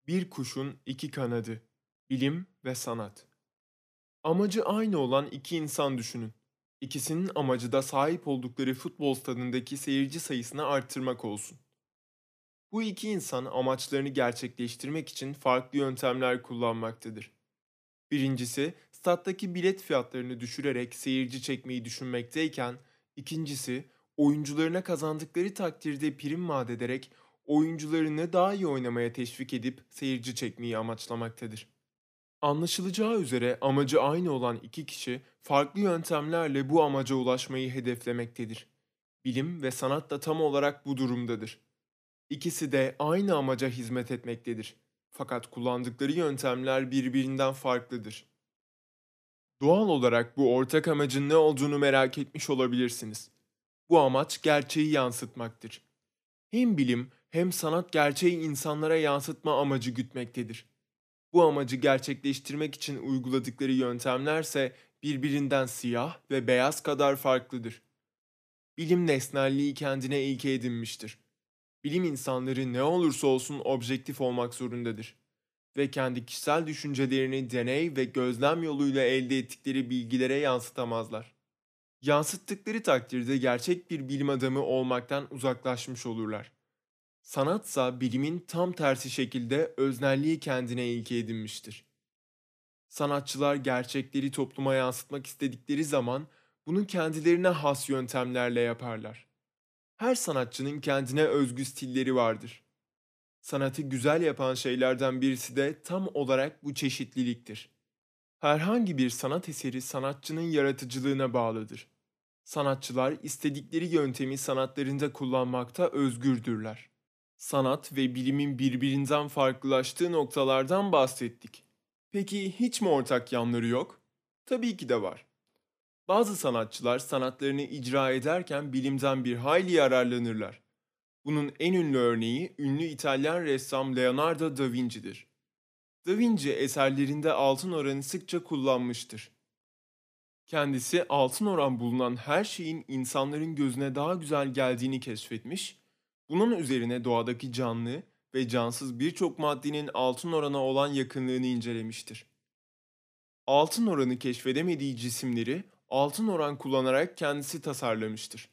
Bir kuşun iki kanadı. Bilim ve sanat. Amacı aynı olan iki insan düşünün. İkisinin amacı da sahip oldukları futbol stadındaki seyirci sayısını arttırmak olsun. Bu iki insan amaçlarını gerçekleştirmek için farklı yöntemler kullanmaktadır. Birincisi, stattaki bilet fiyatlarını düşürerek seyirci çekmeyi düşünmekteyken, ikincisi, oyuncularına kazandıkları takdirde prim vaat ederek oyuncularını daha iyi oynamaya teşvik edip seyirci çekmeyi amaçlamaktadır. Anlaşılacağı üzere amacı aynı olan iki kişi farklı yöntemlerle bu amaca ulaşmayı hedeflemektedir. Bilim ve sanat da tam olarak bu durumdadır. İkisi de aynı amaca hizmet etmektedir. Fakat kullandıkları yöntemler birbirinden farklıdır. Doğal olarak bu ortak amacın ne olduğunu merak etmiş olabilirsiniz. Bu amaç gerçeği yansıtmaktır. Hem bilim hem sanat gerçeği insanlara yansıtma amacı gütmektedir. Bu amacı gerçekleştirmek için uyguladıkları yöntemlerse birbirinden siyah ve beyaz kadar farklıdır. Bilim nesnelliği kendine ilke edinmiştir. Bilim insanları ne olursa olsun objektif olmak zorundadır ve kendi kişisel düşüncelerini deney ve gözlem yoluyla elde ettikleri bilgilere yansıtamazlar. Yansıttıkları takdirde gerçek bir bilim adamı olmaktan uzaklaşmış olurlar. Sanatsa bilimin tam tersi şekilde öznelliği kendine ilke edinmiştir. Sanatçılar gerçekleri topluma yansıtmak istedikleri zaman bunu kendilerine has yöntemlerle yaparlar. Her sanatçının kendine özgü stilleri vardır. Sanatı güzel yapan şeylerden birisi de tam olarak bu çeşitliliktir. Herhangi bir sanat eseri sanatçının yaratıcılığına bağlıdır. Sanatçılar istedikleri yöntemi sanatlarında kullanmakta özgürdürler. Sanat ve bilimin birbirinden farklılaştığı noktalardan bahsettik. Peki hiç mi ortak yanları yok? Tabii ki de var. Bazı sanatçılar sanatlarını icra ederken bilimden bir hayli yararlanırlar. Bunun en ünlü örneği ünlü İtalyan ressam Leonardo da Vinci'dir. Da Vinci eserlerinde altın oranı sıkça kullanmıştır. Kendisi altın oran bulunan her şeyin insanların gözüne daha güzel geldiğini keşfetmiş, bunun üzerine doğadaki canlı ve cansız birçok maddenin altın orana olan yakınlığını incelemiştir. Altın oranı keşfedemediği cisimleri altın oran kullanarak kendisi tasarlamıştır.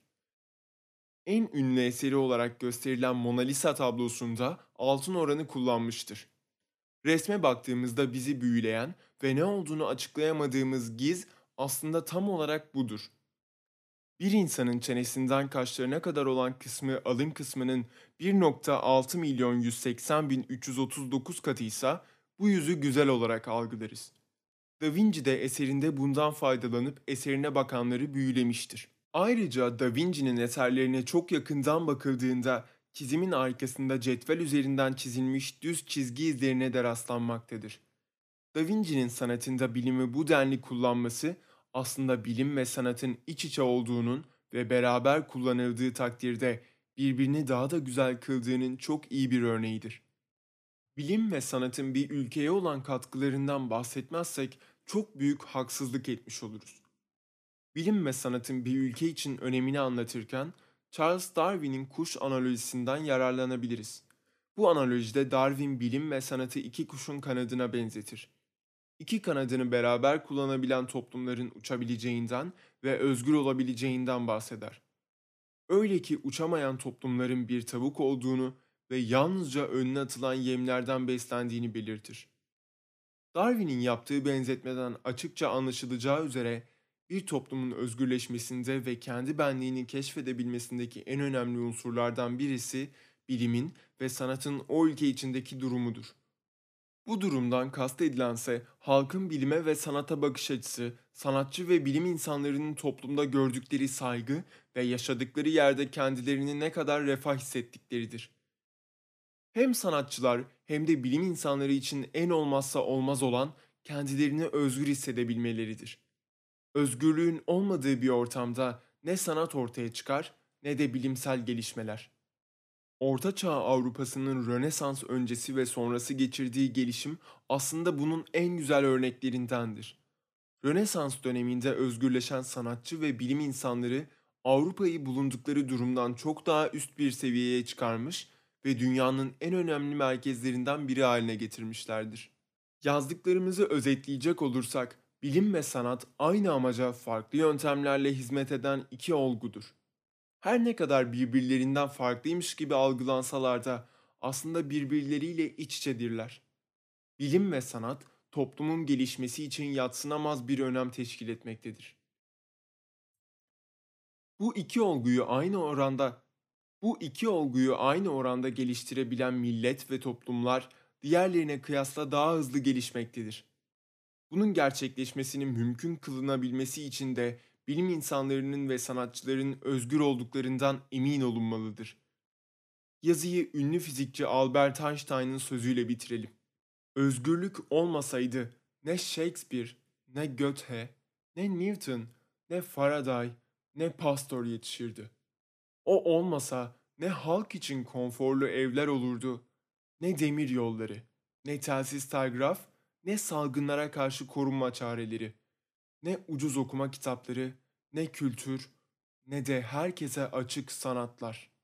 En ünlü eseri olarak gösterilen Mona Lisa tablosunda altın oranı kullanmıştır. Resme baktığımızda bizi büyüleyen ve ne olduğunu açıklayamadığımız giz aslında tam olarak budur. Bir insanın çenesinden kaşlarına kadar olan kısmı alın kısmının 1,6 milyon 180 bin 339 katıysa bu yüzü güzel olarak algılarız. Da Vinci de eserinde bundan faydalanıp eserine bakanları büyülemiştir. Ayrıca Da Vinci'nin eserlerine çok yakından bakıldığında çizimin arkasında cetvel üzerinden çizilmiş düz çizgi izlerine de rastlanmaktadır. Da Vinci'nin sanatında bilimi bu denli kullanması aslında bilim ve sanatın iç içe olduğunun ve beraber kullanıldığı takdirde birbirini daha da güzel kıldığının çok iyi bir örneğidir. Bilim ve sanatın bir ülkeye olan katkılarından bahsetmezsek çok büyük haksızlık etmiş oluruz. Bilim ve sanatın bir ülke için önemini anlatırken Charles Darwin'in kuş analojisinden yararlanabiliriz. Bu analojide Darwin bilim ve sanatı iki kuşun kanadına benzetir. İki kanadını beraber kullanabilen toplumların uçabileceğinden ve özgür olabileceğinden bahseder. Öyle ki uçamayan toplumların bir tavuk olduğunu ve yalnızca önüne atılan yemlerden beslendiğini belirtir. Darwin'in yaptığı benzetmeden açıkça anlaşılacağı üzere bir toplumun özgürleşmesinde ve kendi benliğini keşfedebilmesindeki en önemli unsurlardan birisi bilimin ve sanatın o ülke içindeki durumudur. Bu durumdan kastedilense halkın bilime ve sanata bakış açısı, sanatçı ve bilim insanlarının toplumda gördükleri saygı ve yaşadıkları yerde kendilerini ne kadar refah hissettikleridir. Hem sanatçılar hem de bilim insanları için en olmazsa olmaz olan kendilerini özgür hissedebilmeleridir. Özgürlüğün olmadığı bir ortamda ne sanat ortaya çıkar ne de bilimsel gelişmeler. Orta Çağ Avrupa'sının Rönesans öncesi ve sonrası geçirdiği gelişim aslında bunun en güzel örneklerindendir. Rönesans döneminde özgürleşen sanatçı ve bilim insanları Avrupa'yı bulundukları durumdan çok daha üst bir seviyeye çıkarmış ve dünyanın en önemli merkezlerinden biri haline getirmişlerdir. Yazdıklarımızı özetleyecek olursak, bilim ve sanat aynı amaca farklı yöntemlerle hizmet eden iki olgudur. Her ne kadar birbirlerinden farklıymış gibi algılansalar da aslında birbirleriyle iç içedirler. Bilim ve sanat toplumun gelişmesi için yadsınamaz bir önem teşkil etmektedir. Bu iki olguyu aynı oranda Bu iki olguyu aynı oranda geliştirebilen millet ve toplumlar diğerlerine kıyasla daha hızlı gelişmektedir. Bunun gerçekleşmesinin mümkün kılınabilmesi için de bilim insanlarının ve sanatçıların özgür olduklarından emin olunmalıdır. Yazıyı ünlü fizikçi Albert Einstein'ın sözüyle bitirelim. Özgürlük olmasaydı ne Shakespeare, ne Goethe, ne Newton, ne Faraday, ne Pasteur yetişirdi. O olmasa ne halk için konforlu evler olurdu, ne demir yolları, ne telsiz telgraf, ne salgınlara karşı korunma çareleri, ne ucuz okuma kitapları, ne kültür, ne de herkese açık sanatlar.